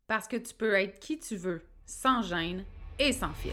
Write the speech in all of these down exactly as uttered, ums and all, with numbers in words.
Parce que tu peux être qui tu veux, sans gêne et sans filtre.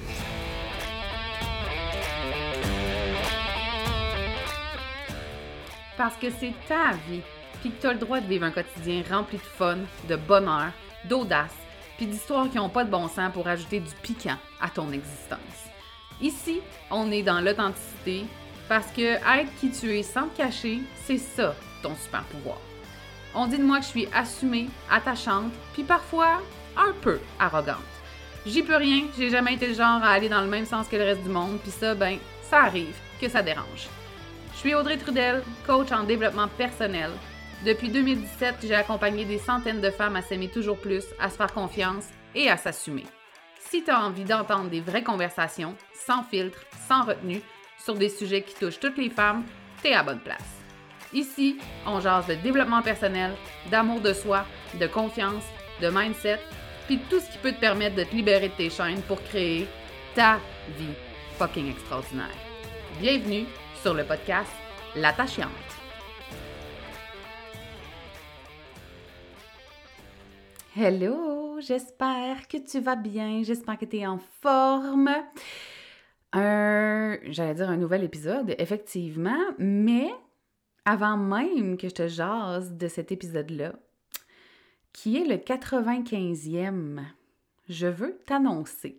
Parce que c'est ta vie, puis que tu as le droit de vivre un quotidien rempli de fun, de bonheur, d'audace, puis d'histoires qui n'ont pas de bon sens pour ajouter du piquant à ton existence. Ici, on est dans l'authenticité, parce que être qui tu es sans te cacher, c'est ça ton super pouvoir. On dit de moi que je suis assumée, attachante, puis parfois un peu arrogante. J'y peux rien, j'ai jamais été le genre à aller dans le même sens que le reste du monde, puis ça, ben, ça arrive que ça dérange. Je suis Audrey Trudel, coach en développement personnel. Depuis deux mille dix-sept, j'ai accompagné des centaines de femmes à s'aimer toujours plus, à se faire confiance et à s'assumer. Si tu as envie d'entendre des vraies conversations, sans filtre, sans retenue, sur des sujets qui touchent toutes les femmes, t'es à bonne place. Ici, on jase de développement personnel, d'amour de soi, de confiance, de mindset, puis tout ce qui peut te permettre de te libérer de tes chaînes pour créer ta vie fucking extraordinaire. Bienvenue sur le podcast L'Attachante. Hello, j'espère que tu vas bien, j'espère que tu es en forme. Un, j'allais dire un nouvel épisode, effectivement, mais avant même que je te jase de cet épisode-là, qui est le quatre-vingt-quinzième, je veux t'annoncer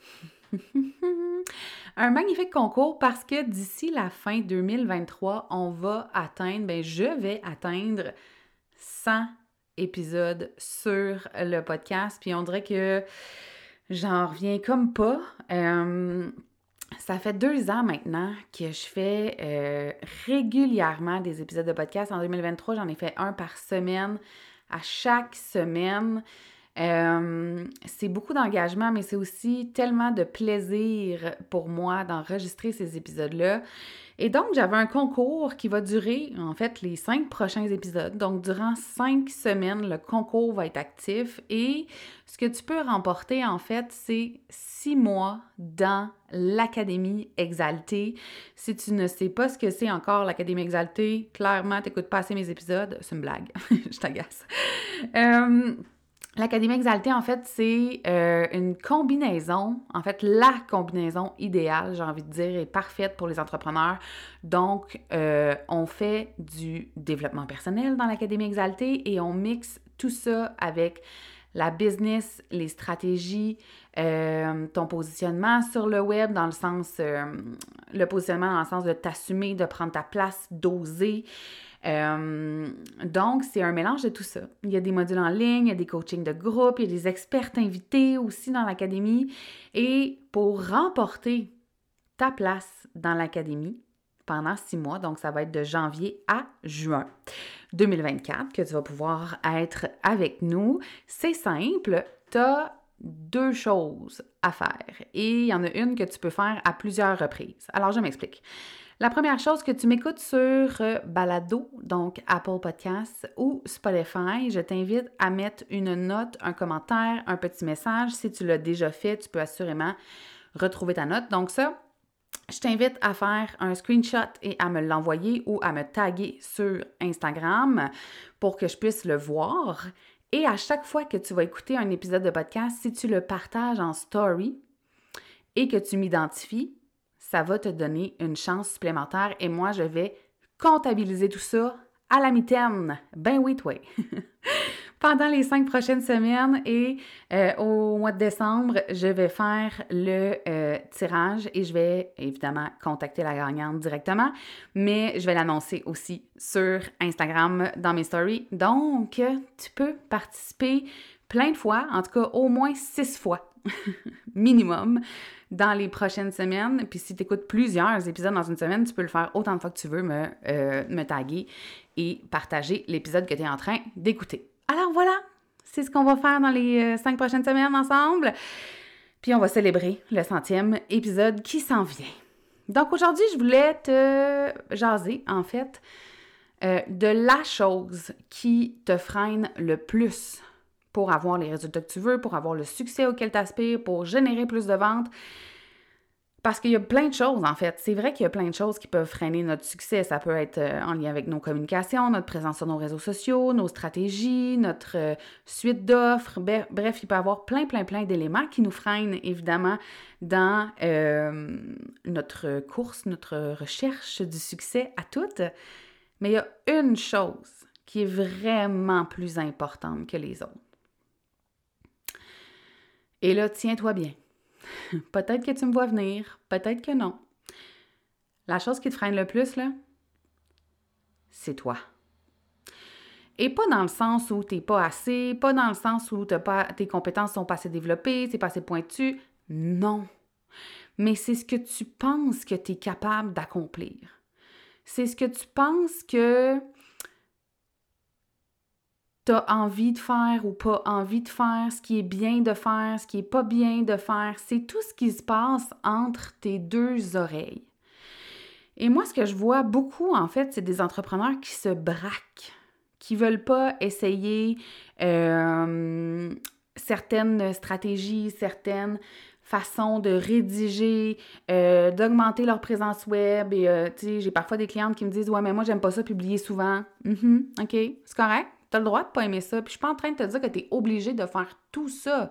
un magnifique concours parce que d'ici la fin deux mille vingt-trois, on va atteindre, ben je vais atteindre cent épisodes sur le podcast. Puis on dirait que j'en reviens comme pas. Euh, ça fait deux ans maintenant que je fais euh, régulièrement des épisodes de podcast. En deux mille vingt-trois, j'en ai fait un par semaine, à chaque semaine. Euh, c'est beaucoup d'engagement, mais c'est aussi tellement de plaisir pour moi d'enregistrer ces épisodes-là. Et donc, j'avais un concours qui va durer, en fait, les cinq prochains épisodes. Donc, durant cinq semaines, le concours va être actif. Et ce que tu peux remporter, en fait, c'est six mois dans l'Académie Exaltée. Si tu ne sais pas ce que c'est encore l'Académie Exaltée, clairement, tu n'écoutes pas assez mes épisodes. C'est une blague. Je t'agace. Euh... L'Académie Exaltée, en fait, c'est euh, une combinaison, en fait, la combinaison idéale, j'ai envie de dire, est parfaite pour les entrepreneurs. Donc, euh, on fait du développement personnel dans l'Académie Exaltée et on mixe tout ça avec la business, les stratégies, euh, ton positionnement sur le web, dans le sens, euh, le positionnement dans le sens de t'assumer, de prendre ta place, d'oser. Euh, donc, c'est un mélange de tout ça. Il y a des modules en ligne, il y a des coachings de groupe, il y a des experts invités aussi dans l'académie. Et pour remporter ta place dans l'académie pendant six mois, donc ça va être de janvier à juin deux mille vingt-quatre que tu vas pouvoir être avec nous, c'est simple, tu as deux choses à faire. Et il y en a une que tu peux faire à plusieurs reprises. Alors, je m'explique. La première chose, que tu m'écoutes sur Balado, donc Apple Podcasts ou Spotify, je t'invite à mettre une note, un commentaire, un petit message. Si tu l'as déjà fait, tu peux assurément retrouver ta note. Donc ça, je t'invite à faire un screenshot et à me l'envoyer ou à me taguer sur Instagram pour que je puisse le voir. Et à chaque fois que tu vas écouter un épisode de podcast, si tu le partages en story et que tu m'identifies, ça va te donner une chance supplémentaire et moi, je vais comptabiliser tout ça à la mitaine. Ben oui, toi! Pendant les cinq prochaines semaines et euh, au mois de décembre, je vais faire le euh, tirage et je vais évidemment contacter la gagnante directement, mais je vais l'annoncer aussi sur Instagram dans mes stories. Donc, tu peux participer plein de fois, en tout cas au moins six fois minimum dans les prochaines semaines. Puis si tu écoutes plusieurs épisodes dans une semaine, tu peux le faire autant de fois que tu veux, me, euh, me taguer et partager l'épisode que tu es en train d'écouter. Alors voilà, c'est ce qu'on va faire dans les euh, cinq prochaines semaines ensemble. Puis on va célébrer le centième épisode qui s'en vient. Donc aujourd'hui, je voulais te jaser, en fait, euh, de la chose qui te freine le plus pour avoir les résultats que tu veux, pour avoir le succès auquel tu aspires, pour générer plus de ventes. Parce qu'il y a plein de choses, en fait. C'est vrai qu'il y a plein de choses qui peuvent freiner notre succès. Ça peut être euh, en lien avec nos communications, notre présence sur nos réseaux sociaux, nos stratégies, notre euh, suite d'offres. Bref, bref, il peut y avoir plein, plein, plein d'éléments qui nous freinent, évidemment, dans euh, notre course, notre recherche du succès à toutes. Mais il y a une chose qui est vraiment plus importante que les autres. Et là, tiens-toi bien. Peut-être que tu me vois venir, peut-être que non. La chose qui te freine le plus, là, c'est toi. Et pas dans le sens où t'es pas assez, pas dans le sens où t'as pas, tes compétences sont pas assez développées, c'est pas assez pointu. Non. Mais c'est ce que tu penses que tu es capable d'accomplir. C'est ce que tu penses que tu as envie de faire ou pas envie de faire, ce qui est bien de faire, ce qui est pas bien de faire. C'est tout ce qui se passe entre tes deux oreilles. Et moi, ce que je vois beaucoup, en fait, c'est des entrepreneurs qui se braquent, qui veulent pas essayer euh, certaines stratégies, certaines façons de rédiger, euh, d'augmenter leur présence web. Et euh, tu sais, j'ai parfois des clientes qui me disent « Ouais, mais moi, j'aime pas ça publier souvent. Mm-hmm, OK, c'est correct. Tu as le droit de pas aimer ça. Puis je suis pas en train de te dire que tu es obligé de faire tout ça.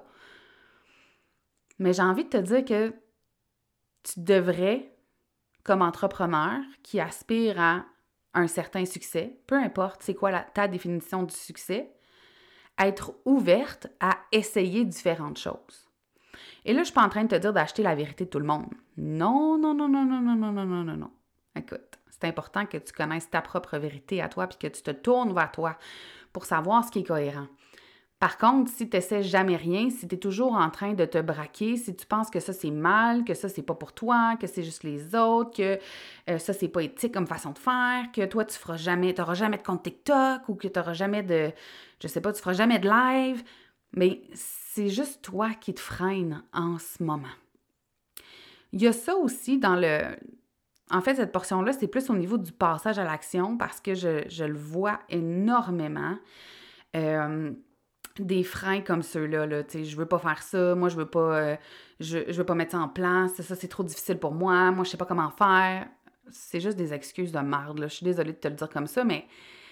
Mais j'ai envie de te dire que tu devrais, comme entrepreneur qui aspire à un certain succès, peu importe c'est quoi la, ta définition du succès, être ouverte à essayer différentes choses. Et là, je ne suis pas en train de te dire d'acheter la vérité de tout le monde. Non, non, non, non, non, non, non, non, non, non, non. Écoute, c'est important que tu connaisses ta propre vérité à toi puis que tu te tournes vers toi pour savoir ce qui est cohérent. Par contre, si tu n'essaies jamais rien, si tu es toujours en train de te braquer, si tu penses que ça c'est mal, que ça c'est pas pour toi, que c'est juste les autres, que euh, ça c'est pas éthique comme façon de faire, que toi tu feras jamais, tu n'auras jamais de compte TikTok ou que tu n'auras jamais de, je sais pas, tu feras jamais de live, mais c'est juste toi qui te freine en ce moment. Il y a ça aussi dans le... En fait, cette portion-là, c'est plus au niveau du passage à l'action parce que je, je le vois énormément. Euh, des freins comme ceux-là, là, tu sais, je veux pas faire ça, moi je veux pas, euh, je, je veux pas mettre ça en place, ça c'est trop difficile pour moi, moi je sais pas comment faire. C'est juste des excuses de merde, là. Je suis désolée de te le dire comme ça, mais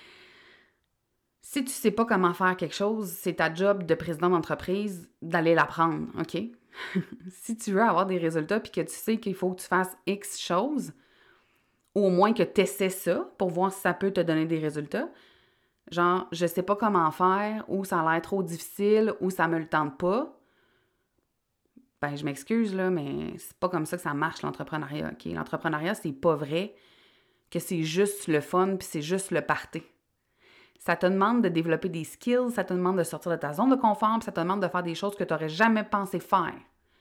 si tu sais pas comment faire quelque chose, c'est ta job de président d'entreprise d'aller l'apprendre, OK? Si tu veux avoir des résultats puis que tu sais qu'il faut que tu fasses X choses, ou au moins que tu essaies ça pour voir si ça peut te donner des résultats, genre, je sais pas comment faire, ou ça a l'air trop difficile, ou ça me le tente pas, ben je m'excuse, là, mais c'est pas comme ça que ça marche, l'entrepreneuriat, OK? L'entrepreneuriat, c'est pas vrai que c'est juste le fun puis c'est juste le party. Ça te demande de développer des skills, ça te demande de sortir de ta zone de confort, puis ça te demande de faire des choses que tu n'aurais jamais pensé faire.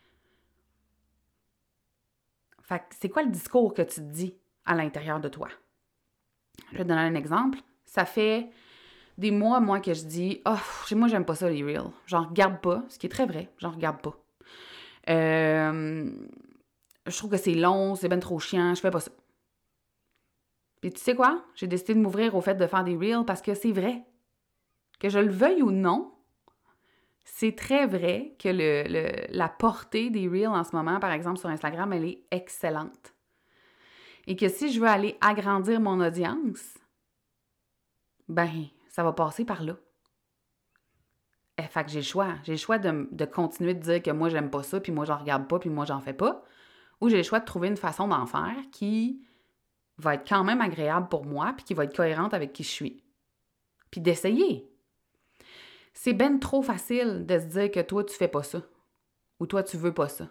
Fait que c'est quoi le discours que tu te dis à l'intérieur de toi? Je vais te donner un exemple. Ça fait des mois, moi, que je dis « Oh, moi, j'aime pas ça, les reels. J'en regarde pas. » Ce qui est très vrai, j'en regarde pas. Euh, je trouve que c'est long, c'est ben trop chiant, je fais pas ça. Puis tu sais quoi? J'ai décidé de m'ouvrir au fait de faire des reels parce que c'est vrai. Que je le veuille ou non, c'est très vrai que le, le, la portée des reels en ce moment, par exemple sur Instagram, elle est excellente. Et que si je veux aller agrandir mon audience, ben, ça va passer par là. Eh, fait que j'ai le choix. J'ai le choix de, de continuer de dire que moi, j'aime pas ça, puis moi, j'en regarde pas, puis moi, j'en fais pas. Ou j'ai le choix de trouver une façon d'en faire qui va être quand même agréable pour moi, puis qui va être cohérente avec qui je suis. Puis d'essayer. C'est ben trop facile de se dire que toi, tu fais pas ça. Ou toi, tu veux pas ça.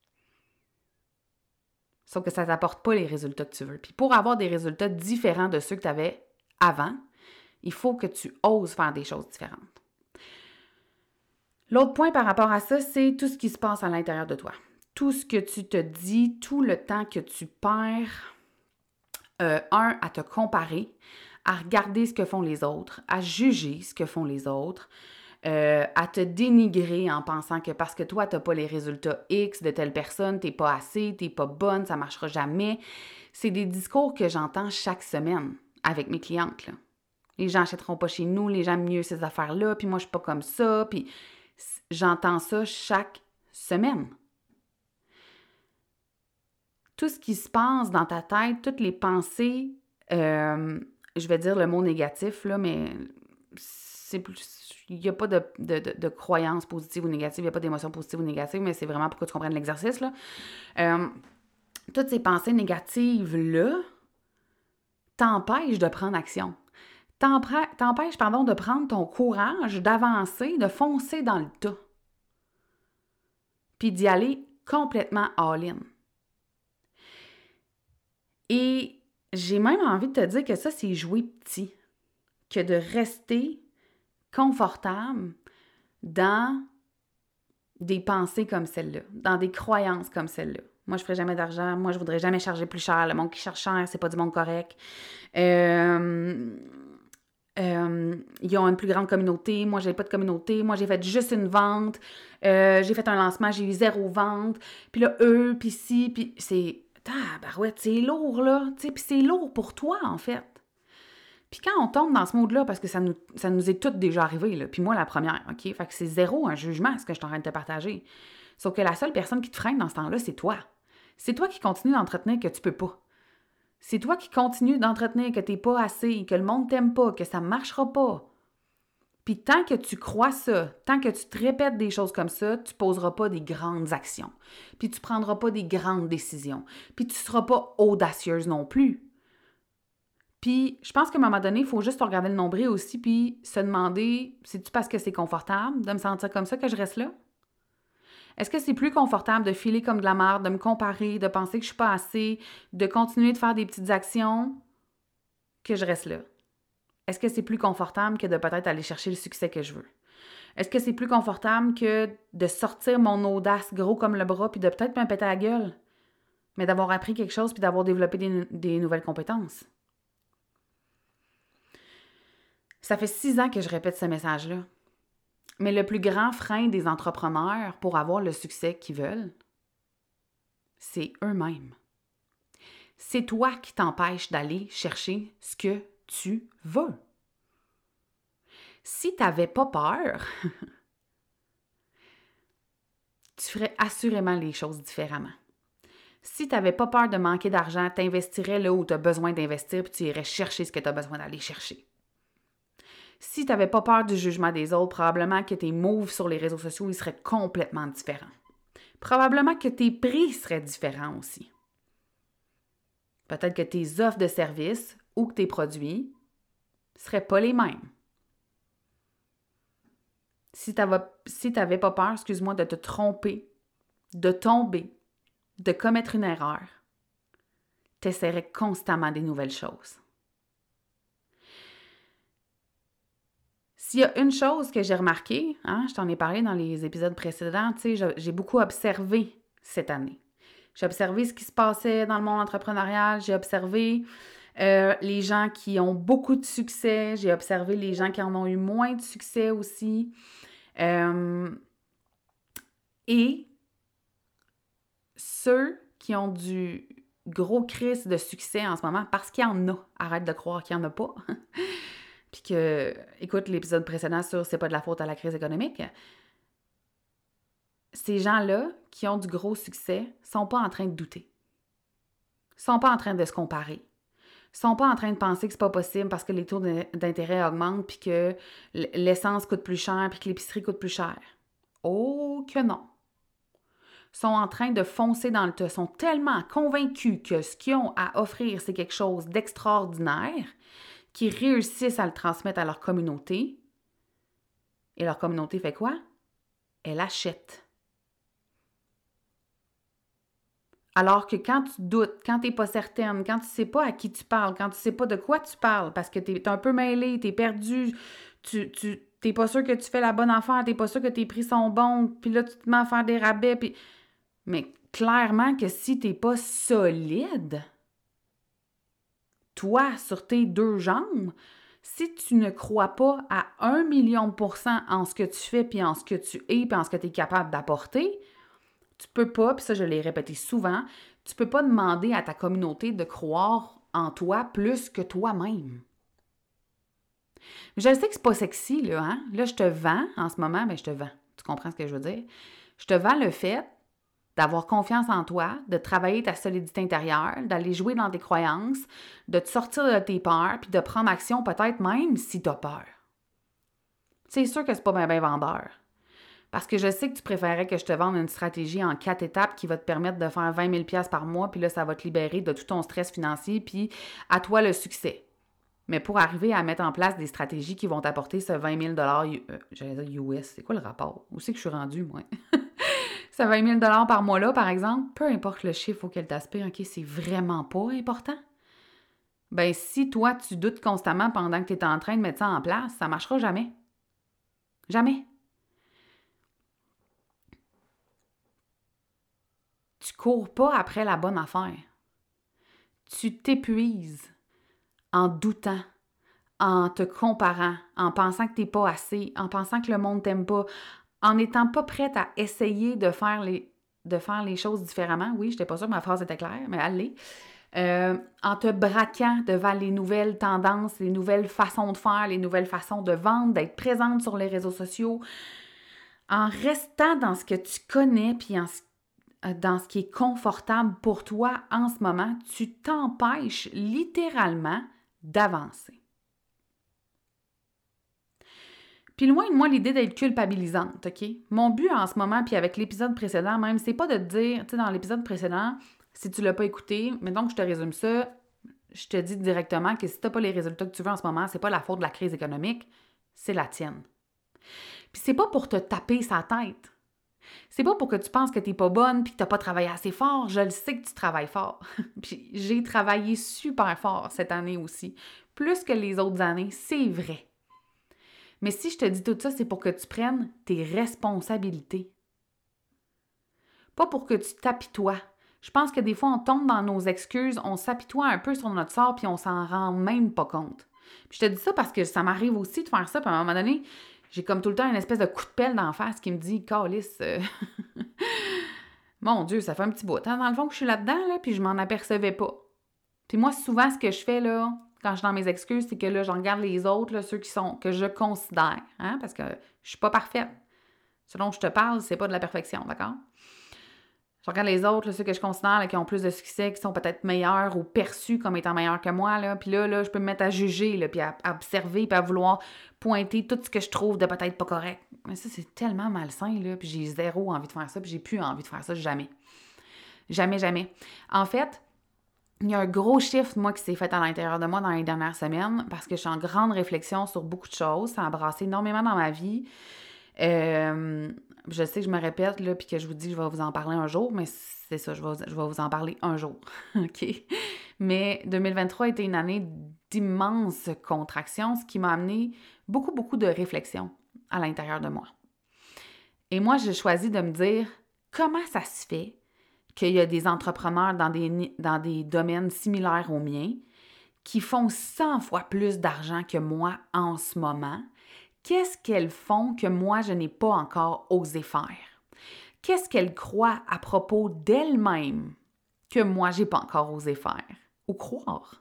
Sauf que ça t'apporte pas les résultats que tu veux. Puis pour avoir des résultats différents de ceux que tu avais avant, il faut que tu oses faire des choses différentes. L'autre point par rapport à ça, c'est tout ce qui se passe à l'intérieur de toi. Tout ce que tu te dis, tout le temps que tu perds, euh, un, à te comparer, à regarder ce que font les autres, à juger ce que font les autres, euh, à te dénigrer en pensant que parce que toi, tu n'as pas les résultats X de telle personne, tu n'es pas assez, tu n'es pas bonne, ça ne marchera jamais. C'est des discours que j'entends chaque semaine avec mes clientes, là. Les gens n'achèteront pas chez nous, les gens aiment mieux ces affaires-là, puis moi, je ne suis pas comme ça, puis j'entends ça chaque semaine. tout ce qui se passe dans ta tête, toutes les pensées, euh, je vais dire le mot négatif, là, mais c'est plus, il n'y a pas de, de, de, de croyances positives ou négatives, il n'y a pas d'émotions positives ou négatives, mais c'est vraiment pour que tu comprennes l'exercice, là. Euh, toutes ces pensées négatives-là t'empêchent de prendre action. T'empêchent, pardon, de prendre ton courage, d'avancer, de foncer dans le tas. Puis d'y aller complètement all-in. Et j'ai même envie de te dire que ça, c'est jouer petit. Que de rester confortable dans des pensées comme celle-là, dans des croyances comme celle-là. Moi, je ne ferai jamais d'argent. Moi, je ne voudrais jamais charger plus cher. Le monde qui charge cher, c'est pas du monde correct. Euh, euh, ils ont une plus grande communauté. Moi, je n'ai pas de communauté. Moi, j'ai fait juste une vente. Euh, j'ai fait un lancement, j'ai eu zéro vente. Puis là, eux, puis ci, puis c'est... Tabarouette, c'est lourd, là. Puis c'est lourd pour toi, en fait. Puis quand on tombe dans ce mode-là, parce que ça nous, ça nous est toutes déjà arrivé, là, puis moi, la première, OK? Fait que c'est zéro un jugement, ce que je suis en train de te partager. Sauf que la seule personne qui te freine dans ce temps-là, c'est toi. C'est toi qui continue d'entretenir que tu peux pas. C'est toi qui continue d'entretenir que t'es pas assez, que le monde t'aime pas, que ça marchera pas. Puis tant que tu crois ça, tant que tu te répètes des choses comme ça, tu poseras pas des grandes actions. Puis tu prendras pas des grandes décisions. Puis tu seras pas audacieuse non plus. Puis, je pense qu'à un moment donné, il faut juste regarder le nombril aussi, puis se demander, c'est-tu parce que c'est confortable de me sentir comme ça que je reste là? Est-ce que c'est plus confortable de filer comme de la merde, de me comparer, de penser que je suis pas assez, de continuer de faire des petites actions, que je reste là? Est-ce que c'est plus confortable que de peut-être aller chercher le succès que je veux? Est-ce que c'est plus confortable que de sortir mon audace gros comme le bras, puis de peut-être me péter la gueule, mais d'avoir appris quelque chose, puis d'avoir développé des, des nouvelles compétences? Ça fait six ans que je répète ce message-là. Mais le plus grand frein des entrepreneurs pour avoir le succès qu'ils veulent, c'est eux-mêmes. C'est toi qui t'empêches d'aller chercher ce que tu veux. Si tu n'avais pas peur, tu ferais assurément les choses différemment. Si tu n'avais pas peur de manquer d'argent, tu investirais là où tu as besoin d'investir puis tu irais chercher ce que tu as besoin d'aller chercher. Si tu n'avais pas peur du jugement des autres, probablement que tes moves sur les réseaux sociaux ils seraient complètement différents. Probablement que tes prix seraient différents aussi. Peut-être que tes offres de services ou que tes produits ne seraient pas les mêmes. Si tu n'avais pas peur, excuse-moi, de te tromper, de tomber, de commettre une erreur, tu essaierais constamment des nouvelles choses. S'il y a une chose que j'ai remarquée, hein, je t'en ai parlé dans les épisodes précédents, tu sais, j'ai beaucoup observé cette année. J'ai observé ce qui se passait dans le monde entrepreneurial, j'ai observé euh, les gens qui ont beaucoup de succès, j'ai observé les gens qui en ont eu moins de succès aussi. Euh, et ceux qui ont du gros crise de succès en ce moment, parce qu'il y en a, arrête de croire qu'il n'y en a pas, puis que, écoute l'épisode précédent sur « c'est pas de la faute à la crise économique », ces gens-là qui ont du gros succès sont pas en train de douter, sont pas en train de se comparer, sont pas en train de penser que c'est pas possible parce que les taux d'intérêt augmentent puis que l'essence coûte plus cher puis que l'épicerie coûte plus cher. Oh que non! Sont en train de foncer dans le tas, sont tellement convaincus que ce qu'ils ont à offrir, c'est quelque chose d'extraordinaire, qu'ils réussissent à le transmettre à leur communauté. Et leur communauté fait quoi? Elle achète. Alors que quand tu doutes, quand tu n'es pas certaine, quand tu ne sais pas à qui tu parles, quand tu ne sais pas de quoi tu parles, parce que tu es un peu mêlé, tu es perdu, tu tu, n'es pas sûr que tu fais la bonne affaire, tu n'es pas sûr que tes prix sont bons, puis là, tu te mets à faire des rabais. Puis... Mais clairement que si tu n'es pas solide, toi, sur tes deux jambes, si tu ne crois pas à un million de pourcents en ce que tu fais, puis en ce que tu es, puis en ce que tu es capable d'apporter, tu peux pas, puis ça je l'ai répété souvent, tu peux pas demander à ta communauté de croire en toi plus que toi-même. Je sais que c'est pas sexy, là, hein? Là, je te vends en ce moment, mais je te vends. Tu comprends ce que je veux dire? Je te vends le fait d'avoir confiance en toi, de travailler ta solidité intérieure, d'aller jouer dans tes croyances, de te sortir de tes peurs, puis de prendre action peut-être même si tu as peur. C'est sûr que c'est pas bien ben vendeur. Parce que je sais que tu préférerais que je te vende une stratégie en quatre étapes qui va te permettre de faire vingt mille dollars par mois, puis là, ça va te libérer de tout ton stress financier, puis à toi le succès. Mais pour arriver à mettre en place des stratégies qui vont t'apporter ce vingt mille dollars, euh, j'allais dire U S, c'est quoi le rapport? Où c'est que je suis rendue, moi? Ce vingt mille dollars par mois-là, par exemple, peu importe le chiffre auquel tu aspires, OK, c'est vraiment pas important. Ben si toi, tu doutes constamment pendant que tu es en train de mettre ça en place, ça ne marchera jamais. Jamais. Tu cours pas après la bonne affaire. Tu t'épuises en doutant, en te comparant, en pensant que tu n'es pas assez, en pensant que le monde t'aime pas, en n'étant pas prête à essayer de faire les, de faire les choses différemment. Oui, je n'étais pas sûre que ma phrase était claire, mais allez. Euh, en te braquant devant les nouvelles tendances, les nouvelles façons de faire, les nouvelles façons de vendre, d'être présente sur les réseaux sociaux, en restant dans ce que tu connais, puis en, dans ce qui est confortable pour toi en ce moment, tu t'empêches littéralement d'avancer. Puis loin de moi l'idée d'être culpabilisante, OK? Mon but en ce moment, puis avec l'épisode précédent même, c'est pas de te dire, tu sais, dans l'épisode précédent, si tu l'as pas écouté, mettons que je te résume ça, je te dis directement que si tu n'as pas les résultats que tu veux en ce moment, c'est pas la faute de la crise économique, c'est la tienne. Puis c'est pas pour te taper sa tête. C'est pas pour que tu penses que tu n'es pas bonne puis que tu n'as pas travaillé assez fort. Je le sais que tu travailles fort. Puis j'ai travaillé super fort cette année aussi. Plus que les autres années, c'est vrai. Mais si je te dis tout ça, c'est pour que tu prennes tes responsabilités. Pas pour que tu t'apitoies. Je pense que des fois, on tombe dans nos excuses, on s'apitoie un peu sur notre sort puis on s'en rend même pas compte. Puis je te dis ça parce que ça m'arrive aussi de faire ça. Puis à un moment donné, j'ai comme tout le temps une espèce de coup de pelle d'en face qui me dit « Calice, euh... mon Dieu, ça fait un petit bout. Hein, dans le fond que je suis là-dedans, là, puis je m'en apercevais pas. » Puis moi, souvent, ce que je fais, là, quand je suis dans mes excuses, c'est que là, je regarde les autres, là, ceux qui sont, que je considère, hein, parce que je suis pas parfaite. Ce dont je te parle, c'est pas de la perfection, d'accord? Je regarde les autres, là, ceux que je considère là, qui ont plus de succès, qui sont peut-être meilleurs ou perçus comme étant meilleurs que moi. Là. Puis là, là, je peux me mettre à juger, là, puis à, à observer, puis à vouloir pointer tout ce que je trouve de peut-être pas correct. Mais ça, c'est tellement malsain, là, puis j'ai zéro envie de faire ça, puis j'ai plus envie de faire ça jamais. Jamais, jamais. En fait, il y a un gros shift, moi, qui s'est fait à l'intérieur de moi dans les dernières semaines, parce que je suis en grande réflexion sur beaucoup de choses. Ça a brassé énormément dans ma vie. Euh... Je sais que je me répète, là, puis que je vous dis que je vais vous en parler un jour, mais c'est ça, je vais, je vais vous en parler un jour, OK? Mais deux mille vingt-trois a été une année d'immense contraction, ce qui m'a amené beaucoup, beaucoup de réflexion à l'intérieur de moi. Et moi, j'ai choisi de me dire, comment ça se fait qu'il y a des entrepreneurs dans des, dans des domaines similaires aux miens qui font cent fois plus d'argent que moi en ce moment? Qu'est-ce qu'elles font que moi, je n'ai pas encore osé faire? Qu'est-ce qu'elles croient à propos d'elles-mêmes que moi, je n'ai pas encore osé faire ou croire?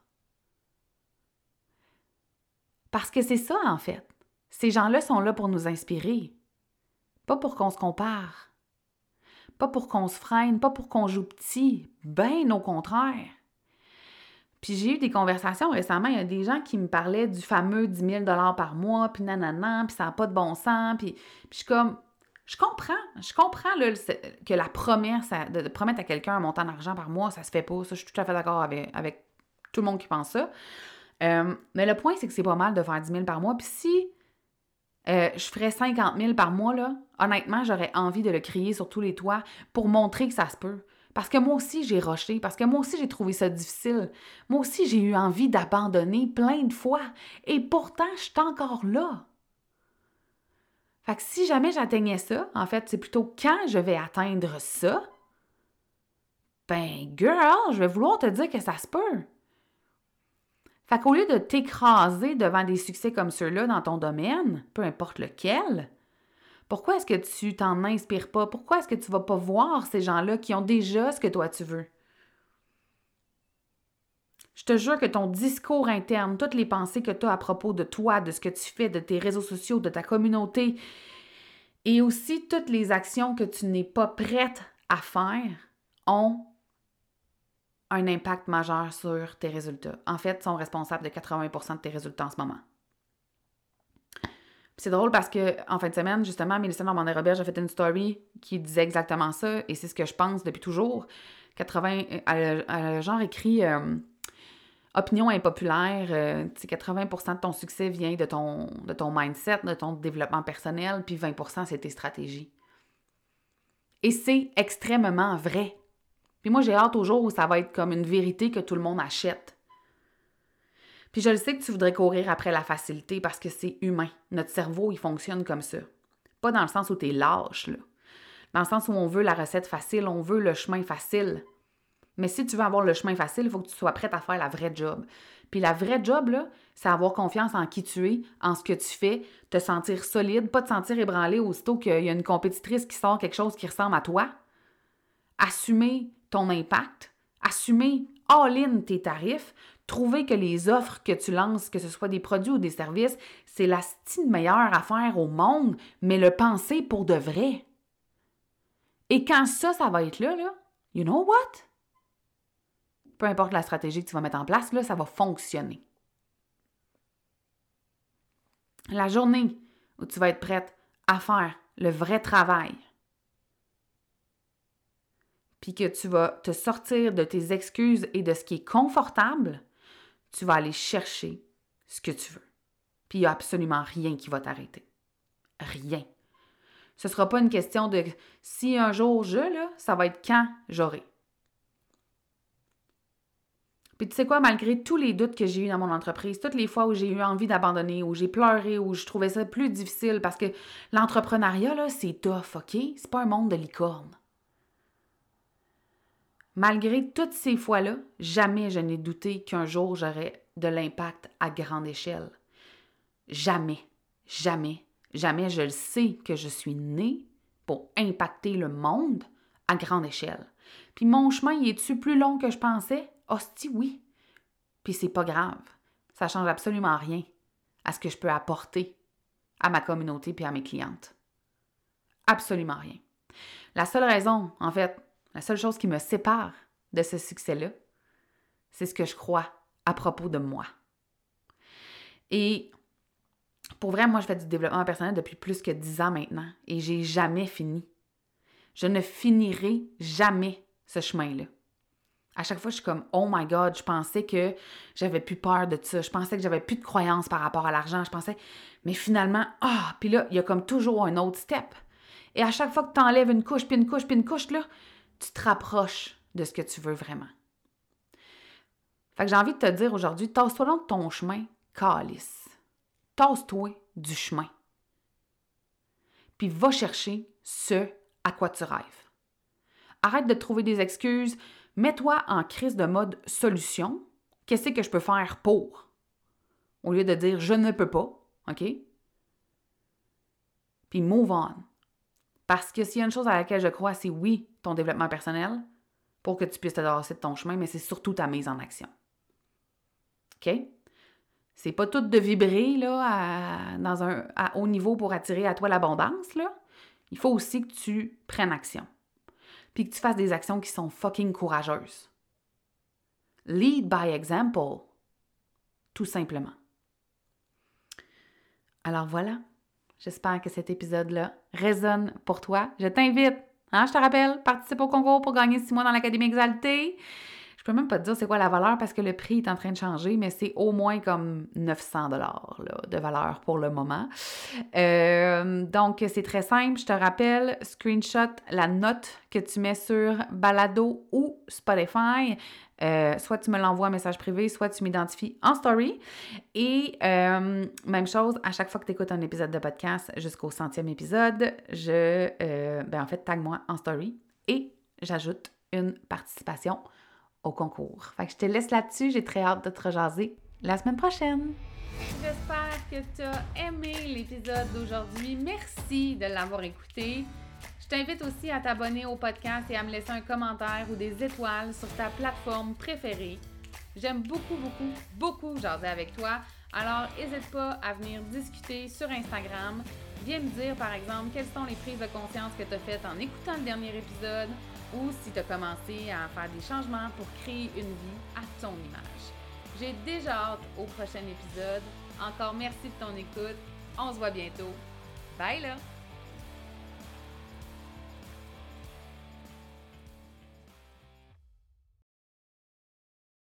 Parce que c'est ça, en fait. Ces gens-là sont là pour nous inspirer. Pas pour qu'on se compare. Pas pour qu'on se freine, pas pour qu'on joue petit. Ben au contraire. Puis j'ai eu des conversations récemment, il y a des gens qui me parlaient du fameux dix mille dollars par mois, puis nanana, puis ça n'a pas de bon sens, puis, puis je suis comme, je comprends, je comprends là, que la promesse, de, de promettre à quelqu'un un montant d'argent par mois, ça se fait pas, ça, je suis tout à fait d'accord avec, avec tout le monde qui pense ça. Euh, mais le point, c'est que c'est pas mal de faire dix mille par mois, puis si euh, je ferais cinquante mille par mois, là, honnêtement, j'aurais envie de le crier sur tous les toits pour montrer que ça se peut. Parce que moi aussi, j'ai rushé, parce que moi aussi, j'ai trouvé ça difficile. Moi aussi, j'ai eu envie d'abandonner plein de fois. Et pourtant, je suis encore là. Fait que si jamais j'atteignais ça, en fait, c'est plutôt quand je vais atteindre ça, ben, girl, je vais vouloir te dire que ça se peut. Fait qu'au lieu de t'écraser devant des succès comme ceux-là dans ton domaine, peu importe lequel, pourquoi est-ce que tu t'en inspires pas? Pourquoi est-ce que tu vas pas voir ces gens-là qui ont déjà ce que toi tu veux? Je te jure que ton discours interne, toutes les pensées que tu as à propos de toi, de ce que tu fais, de tes réseaux sociaux, de ta communauté, et aussi toutes les actions que tu n'es pas prête à faire ont un impact majeur sur tes résultats. En fait, sont responsables de quatre-vingts pour cent de tes résultats en ce moment. Puis c'est drôle parce que en fin de semaine, justement, Mélissa Normandin-Roberge a fait une story qui disait exactement ça, et c'est ce que je pense depuis toujours. quatre-vingts, elle, elle a genre écrit euh, opinion impopulaire, euh, quatre-vingts pour cent de ton succès vient de ton, de ton mindset, de ton développement personnel, puis vingt pour cent c'est tes stratégies. Et c'est extrêmement vrai. Puis moi, j'ai hâte au jour où ça va être comme une vérité que tout le monde achète. Puis je le sais que tu voudrais courir après la facilité parce que c'est humain. Notre cerveau, il fonctionne comme ça. Pas dans le sens où t'es lâche, là. Dans le sens où on veut la recette facile, on veut le chemin facile. Mais si tu veux avoir le chemin facile, il faut que tu sois prête à faire la vraie job. Puis la vraie job, là, c'est avoir confiance en qui tu es, en ce que tu fais, te sentir solide, pas te sentir ébranlé aussitôt qu'il y a une compétitrice qui sort quelque chose qui ressemble à toi. Assumer ton impact, assumer all-in tes tarifs, trouver que les offres que tu lances, que ce soit des produits ou des services, c'est la style meilleure affaire au monde, mais le penser pour de vrai. Et quand ça, ça va être là, là, you know what? Peu importe la stratégie que tu vas mettre en place, là, ça va fonctionner. La journée où tu vas être prête à faire le vrai travail, puis que tu vas te sortir de tes excuses et de ce qui est confortable, tu vas aller chercher ce que tu veux. Puis il n'y a absolument rien qui va t'arrêter. Rien. Ce ne sera pas une question de si un jour je, là, ça va être quand j'aurai. Puis tu sais quoi, malgré tous les doutes que j'ai eus dans mon entreprise, toutes les fois où j'ai eu envie d'abandonner, où j'ai pleuré, où je trouvais ça plus difficile, parce que l'entrepreneuriat, là, c'est tough, OK? C'est pas un monde de licorne. Malgré toutes ces fois-là, jamais je n'ai douté qu'un jour j'aurais de l'impact à grande échelle. Jamais, jamais, jamais je le sais que je suis née pour impacter le monde à grande échelle. Puis mon chemin, il est-tu plus long que je pensais? Hostie, oui. Puis c'est pas grave. Ça change absolument rien à ce que je peux apporter à ma communauté puis à mes clientes. Absolument rien. La seule raison, en fait, la seule chose qui me sépare de ce succès-là, c'est ce que je crois à propos de moi. Et pour vrai, moi, je fais du développement personnel depuis plus que dix ans maintenant et j'ai jamais fini. Je ne finirai jamais ce chemin-là. À chaque fois, je suis comme « Oh my God », je pensais que j'avais plus peur de ça. Je pensais que j'avais plus de croyances par rapport à l'argent. Je pensais, mais finalement, ah, puis là, il y a comme toujours un autre step. Et à chaque fois que tu enlèves une couche, puis une couche, puis une couche, là, tu te rapproches de ce que tu veux vraiment. Fait que j'ai envie de te dire aujourd'hui, tasse-toi donc de ton chemin, calice. Tasse-toi du chemin. Puis va chercher ce à quoi tu rêves. Arrête de te trouver des excuses. Mets-toi en crise de mode solution. Qu'est-ce que je peux faire pour? Au lieu de dire je ne peux pas, OK? Puis move on. Parce que s'il y a une chose à laquelle je crois, c'est oui, ton développement personnel, pour que tu puisses te tasser de ton chemin, mais c'est surtout ta mise en action. OK? C'est pas tout de vibrer là, à, dans un, à haut niveau pour attirer à toi l'abondance, là. Il faut aussi que tu prennes action. Puis que tu fasses des actions qui sont fucking courageuses. Lead by example. Tout simplement. Alors voilà. J'espère que cet épisode-là résonne pour toi. Je t'invite, hein, je te rappelle, participe au concours pour gagner six mois dans l'Académie Exaltée. Je peux même pas te dire c'est quoi la valeur parce que le prix est en train de changer, mais c'est au moins comme neuf cents dollars là, de valeur pour le moment. Euh, donc, c'est très simple. Je te rappelle, screenshot la note que tu mets sur Balado ou Spotify. Euh, soit tu me l'envoies en message privé, soit tu m'identifies en story. Et euh, même chose, à chaque fois que tu écoutes un épisode de podcast jusqu'au centième épisode, je, euh, ben en fait, tag-moi en story et j'ajoute une participation au concours. Fait que je te laisse là-dessus. J'ai très hâte de te rejaser la semaine prochaine. J'espère que tu as aimé l'épisode d'aujourd'hui. Merci de l'avoir écouté. Je t'invite aussi à t'abonner au podcast et à me laisser un commentaire ou des étoiles sur ta plateforme préférée. J'aime beaucoup, beaucoup, beaucoup jaser avec toi. Alors, n'hésite pas à venir discuter sur Instagram. Viens me dire, par exemple, quelles sont les prises de conscience que tu as faites en écoutant le dernier épisode ou si tu as commencé à faire des changements pour créer une vie à ton image. J'ai déjà hâte au prochain épisode. Encore merci de ton écoute. On se voit bientôt. Bye là!